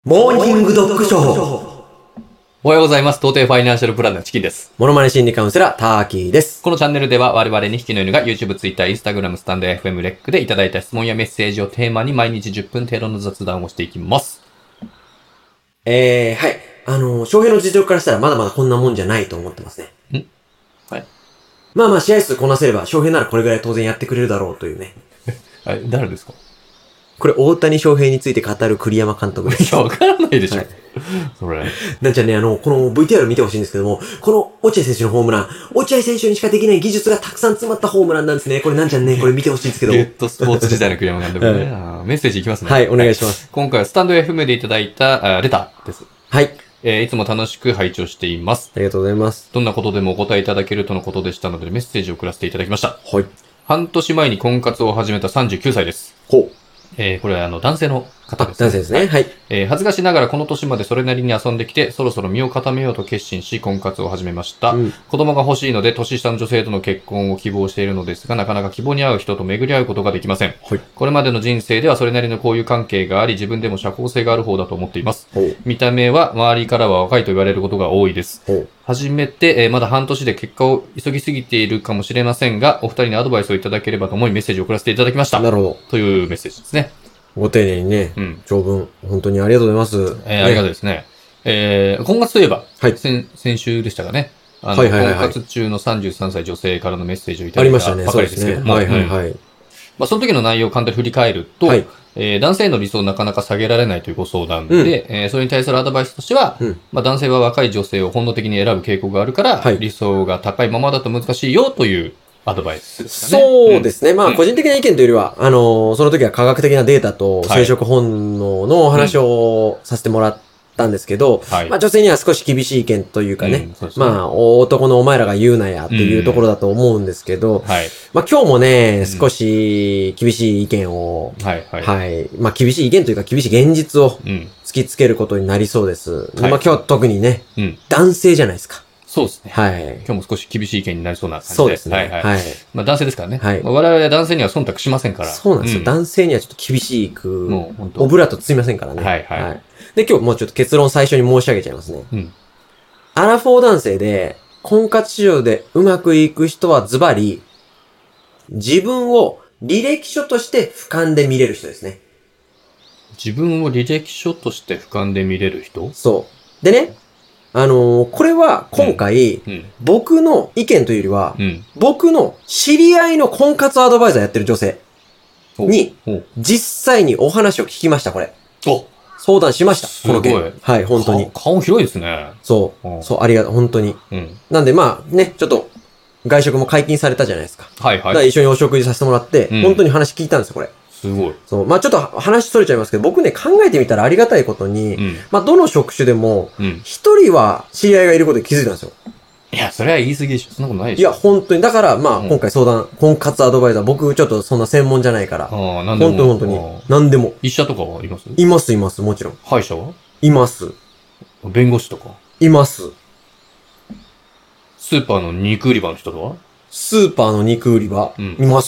モーニング読書法。 おはようございます。東帝ファイナンシャルプランナーチキンです。 モノマネ心理カウンセラー、ターキーです。 このチャンネルでは我々2匹の犬が YouTube、Twitter、Instagram、スタンド FM、レックでいただいた質問やメッセージをテーマに毎日10分程度の雑談をしていきます。 はい。翔平の実力からしたらまだまだこんなもんじゃないと思ってますね。 はい。 まあ試合数こなせれば翔平ならこれぐらい当然やってくれるだろうというね。 誰ですか？ これ大谷翔平について語る栗山監督です。 いや、わからないでしょ。 はい、 それ。 なんちゃんね、この VTR 見てほしいんですけども、この落合選手のホームラン、落合選手にしかできない技術がたくさん詰まったホームランなんですね。これなんちゃんね、これ見てほしいんですけど。 ゲットスポーツ時代の栗山監督ね。メッセージいきますね。 はい、お願いします。 今回はスタンド FM でいただいたレターです。 はい。 いつも楽しく拝聴しています。 ありがとうございます。 どんなことでもお答えいただけるとのことでしたのでメッセージを送らせていただきました。 はい。 半年前に婚活を始めた39歳です。 ほう。 これは男性の方ですね。 男性ですね。はい。 恥ずかしながらこの年までそれなりに遊んできて、そろそろ身を固めようと決心し、婚活を始めました。子供が欲しいので、年下の女性との結婚を希望しているのですが、なかなか希望に合う人と巡り合うことができません。 はい。 これまでの人生ではそれなりの交友関係があり、自分でも社交性がある方だと思っています。見た目は周りからは若いと言われることが多いです。初めて、まだ半年で結果を急ぎすぎているかもしれませんが、お二人にアドバイスをいただければと思いメッセージを送らせていただきました。 なるほど。 というメッセージですね。 ご丁寧にね、長文、本当にありがとうございます。 ありがとうですね。婚活といえば、 はい、 先週でしたかね。 婚活中の33歳女性からのメッセージをいただいたばかりですけども。 はいはいはい。 まあ、その時の内容を簡単に振り返ると、はい、男性の理想をなかなか下げられないというご相談で、それに対するアドバイスとしては、まあ、男性は若い女性を本能的に選ぶ傾向があるから、理想が高いままだと難しいよというアドバイスですかね。 そうですね。まあ、個人的な意見というよりは、その時は科学的なデータと生殖本能のお話をさせてもらったんですけど、まあ、女性には少し厳しい意見というかね、まあ、男のお前らが言うなやっていうところだと思うんですけど、まあ、今日もね、少し厳しい意見を、まあ、厳しい意見というか厳しい現実を突きつけることになりそうです。まあ、今日特にね、男性じゃないですか。 そうですね。 はい。 今日も少し厳しい意見になりそうな感じで。 そうですね。 はい。まあ男性ですからね。 はい。 我々は男性には忖度しませんから。 そうなんですよ。男性にはちょっと厳しく、オブラート包みませんからね。はい。で、今日もうちょっと結論最初に申し上げちゃいますね。アラフォー男性で、婚活市場でうまくいく人はズバリ、自分を履歴書として俯瞰で見れる人ですね。 自分を履歴書として俯瞰で見れる人？ そう。でね、これは今回、僕の意見というよりは、僕の知り合いの婚活アドバイザーやってる女性に、実際にお話を聞きました、これ。相談しました、この件。はい、本当に。 顔広いですね。 そう、そう、ありがとう、本当に。なんでまあね、ちょっと、外食も解禁されたじゃないですか。だから一緒にお食事させてもらって、本当に話聞いたんですよ、これ。 すごい。 そう。まあちょっと話それちゃいますけど、僕ね、考えてみたらありがたいことに、まあどの職種でも、一人は知り合いがいることに気づいたんですよ。 いや、それは言い過ぎでしょ。そんなことないでしょ。 いや、本当に。だから、まあ今回相談、婚活アドバイザー、僕ちょっとそんな専門じゃないから。本当に本当に。何でも。 医者とかはいます？ います、もちろん。 歯医者は？ います。 弁護士とか？ います。 スーパーの肉売り場の人とは？ スーパーの肉売り場？います。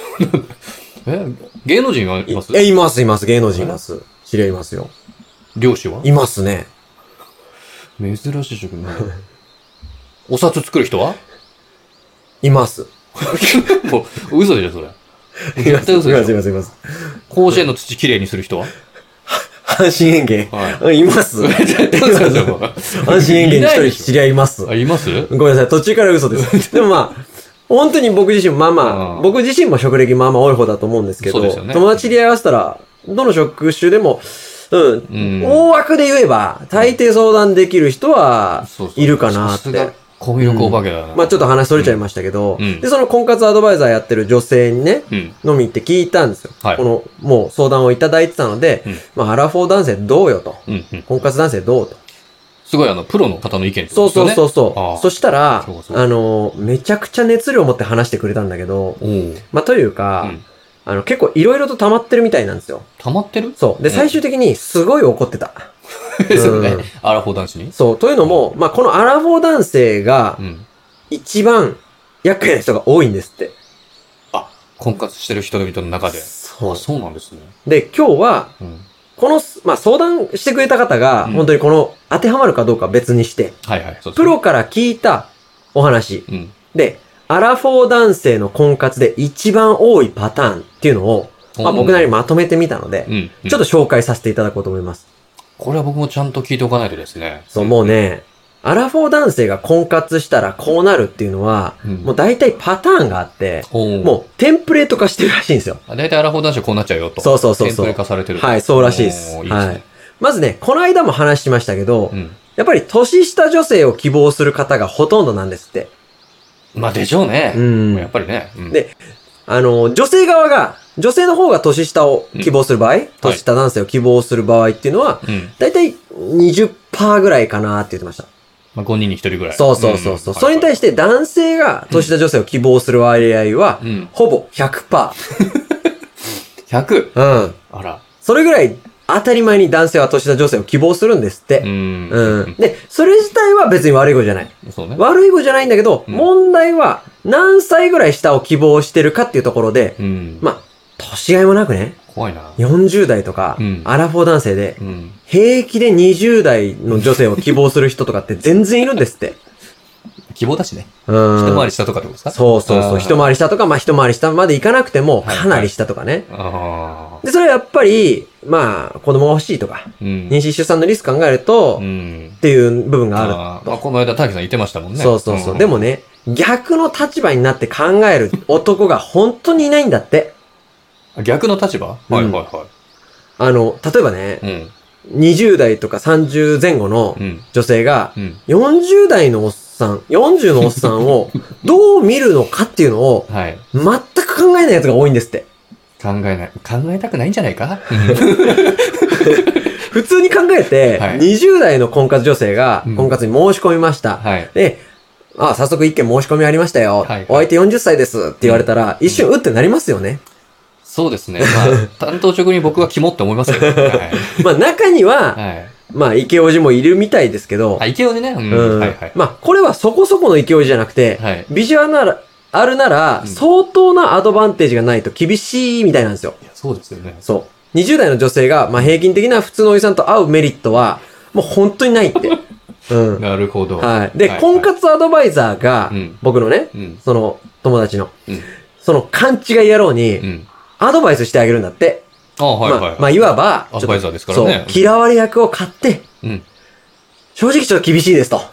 芸能人はいます？ います、芸能人います。知り合いますよ。 漁師は？ いますね。 珍しい職業。お札作る人は？ います。 もう、嘘でしょ、それ。 絶対嘘でしょ。います。 甲子園の土きれいにする人は？ 阪神園芸。います。 絶対嘘でしょ。 阪神園芸に一人知り合います。 います？ ごめんなさい、途中から嘘です。でもまあ、本当に僕自身、僕自身も職歴まあまあ多い方だと思うんですけど、友達に合わせたら、どの職種でも、大枠で言えば、大抵相談できる人はいるかなって。 コミュ力お化けだな。 まあちょっと話それちゃいましたけど、で、その婚活アドバイザーやってる女性にね、飲み行って聞いたんですよ。この、もう相談をいただいてたので、まあアラフォー男性どうよと。婚活男性どうと。 すごいプロの方の意見ですね。そう。そしたら、めちゃくちゃ熱量を持って話してくれたんだけど、まあというか、結構いろいろと溜まってるみたいなんですよ。 溜まってる？ そう。で、最終的にすごい怒ってた。 そうね。アラフォー男子に？ そう。というのも、まあこのアラフォー男性が、一番厄介な人が多いんですって。 婚活してる人々の中で。 そう。 そうなんですね。 で、今日は、 この、まあ、相談してくれた方が、本当にこの、当てはまるかどうかは別にして、 はいはい。そうですね。 プロから聞いたお話、で、アラフォー男性の婚活で一番多いパターンっていうのを、まあ、僕なりにまとめてみたので、ちょっと紹介させていただこうと思います。 これは僕もちゃんと聞いておかないとですね。 そう、もうね、アラフォー男性が婚活したらこうなるっていうのは、もう大体パターンがあって、もうテンプレート化してるらしいんですよ。 大体アラフォー男子はこうなっちゃうよと。 そうそうそう。 テンプレ化されてる。 はい、そうらしいです。 いいですね。 はい。まずね、この間も話しましたけど、やっぱり年下女性を希望する方がほとんどなんですって。 まあでしょうね。やっぱりね。 で、女性の方が年下を希望する場合、年下男性を希望する場合っていうのは、だいたい 20% ぐらいかなって言ってました。 まあ5人に1人ぐらい。 そうそうそう。それに対して男性が年下女性を希望する割合は、ほぼ 100%。 100? うん。 あら。 それぐらい当たり前に男性は年下女性を希望するんですって。で、それ自体は別に悪い子じゃない。 そうね。 悪い子じゃないんだけど、問題は何歳ぐらい下を希望してるかっていうところで、まあ、年がいもなくね。 怖いな。 40代とか、アラフォー男性で、平気で20代の女性を希望する人とかって全然いるんですって。 希望だしね。一回り下とかってことですか？ そうそうそう。一回り下とか、まあ一回り下まで行かなくても、かなり下とかね。で、それはやっぱり、まあ、子供が欲しいとか、妊娠出産のリスク考えると、っていう部分があると。 まあ、この間、タキさん言ってましたもんね。 そうそうそう。でもね、逆の立場になって考える男が本当にいないんだって。 逆の立場？はいはいはい。 例えばね、20代とか30前後の女性が、40代のおっさん、40のおっさんをどう見るのかっていうのを、全く考えない奴が多いんですって。 考えたくないんじゃないか普通に考えて、20代の婚活女性が婚活に申し込みました。で、早速一件申し込みありましたよ。お相手40歳ですって言われたら、一瞬うってなりますよね。 そうですね。まあ、担当直に僕は肝って思いますけど。 まあ中には、まあ、池王子もいるみたいですけど。 池王子ね。 まあ、これはそこそこの池王子じゃなくて、ビジュアルあるなら、相当なアドバンテージがないと厳しいみたいなんですよ。 そうですよね。 そう。20代の女性が、まあ、平均的な普通のおじさんと会うメリットは、もう本当にないって。 なるほど。 はい。で、婚活アドバイザーが、僕のね、その、友達の、その勘違い野郎に、アドバイスしてあげるんだって。まあ、いわば、 アドバイザーですからね。 そう、嫌われ役を買って、正直ちょっと厳しいですと。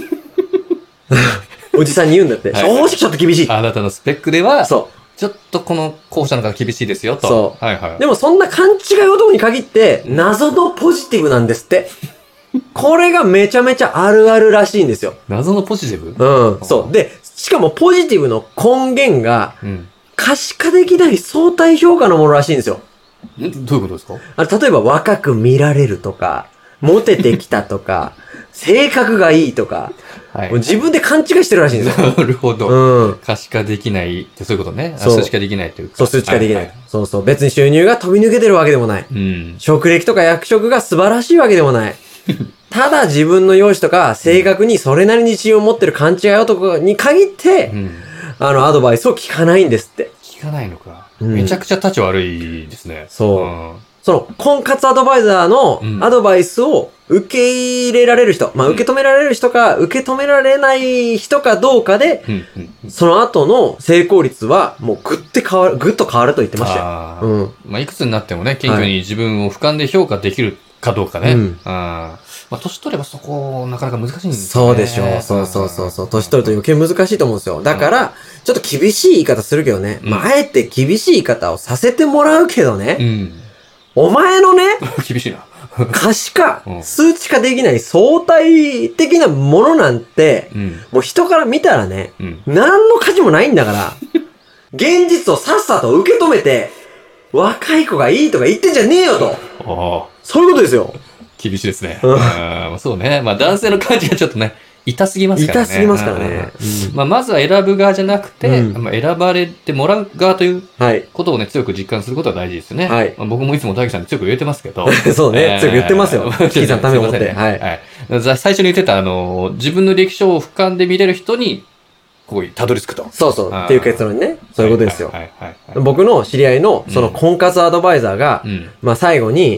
おじさんに言うんだって。正直ちょっと厳しい。 あなたのスペックでは、ちょっとこの候補者の方厳しいですよと。 そう。でもそんな勘違い男に限って、謎のポジティブなんですって。これがめちゃめちゃあるあるらしいんですよ。 謎のポジティブ？そう。で、しかもポジティブの根源が、可視化できない相対評価のものらしいんですよ。 どういうことですか？ 例えば若く見られるとか、モテてきたとか、性格がいいとか、自分で勘違いしてるらしいんですよ。 なるほど。可視化できないってそういうことね。数値化できないというか。 そう、数値化できない。そうそう。別に収入が飛び抜けてるわけでもない。職歴とか役職が素晴らしいわけでもない。ただ自分の容姿とか性格にそれなりに自信を持ってる勘違い男に限って、アドバイスを聞かないんですって。 聞かないのか。めちゃくちゃ立ち悪いですね。 そう。その、婚活アドバイザーのアドバイスを受け入れられる人、まあ受け止められる人か、受け止められない人かどうかで、その後の成功率はもうぐっと変わると言ってましたよ。 まあいくつになってもね、謙虚に自分を俯瞰で評価できるかどうかね。まあ年取ればそこ、なかなか難しいんですよね。 そうでしょう。そう。年取ると余計難しいと思うんですよ。だから、ちょっと厳しい言い方するけどね。まあ、あえて厳しい言い方をさせてもらうけどね。お前のね、 厳しいな。 可視化、数値化できない相対的なものなんて、もう人から見たらね、何の価値もないんだから、現実をさっさと受け止めて、若い子がいいとか言ってんじゃねえよと。そういうことですよ。 厳しいですね。そうね。まあ男性の感じがちょっとね、痛すぎますからね。 痛すぎますからね。 まずは選ぶ側じゃなくて、選ばれてもらう側ということをね、強く実感することが大事ですね。僕もいつも大樹さんに強く言ってますけど。 そうね。強く言ってますよ。キーさんのためを思って。 最初に言ってた、自分の歴史を俯瞰で見れる人に、ここにたどり着くと。 そう。っていう結論にね。そういうことですよ。僕の知り合いの、その婚活アドバイザーが、まあ最後に、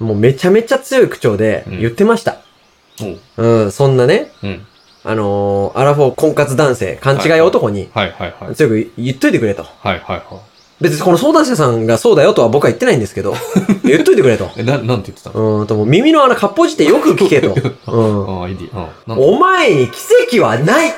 もうめちゃめちゃ強い口調で言ってました。そんなね、アラフォー婚活男性、勘違い男に、強く言っといてくれと。別にこの相談者さんがそうだよとは僕は言ってないんですけど、言っといてくれと。 なんて言ってたの？ もう耳の穴かっぽじってよく聞けと。お前に奇跡はない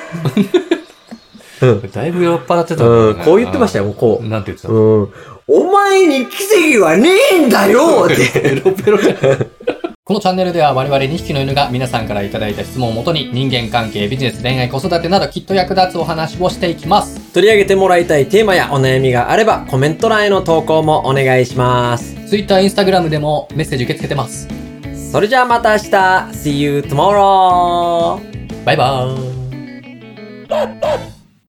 だいぶ酔っ払ってたこう言ってましたよ、もうこう。 なんて言ってたの？ お前に奇跡はねえんだよって。 ペロペロじゃん。このチャンネルでは我々2匹の犬が皆さんからいただいた質問をもとに人間関係、ビジネス、恋愛、子育てなどきっと役立つお話をしていきます。 取り上げてもらいたいテーマやお悩みがあればコメント欄への投稿もお願いします。 Twitter、Instagram でもメッセージ受け付けてます。 それじゃあまた明日 See you tomorrow! バイバーイ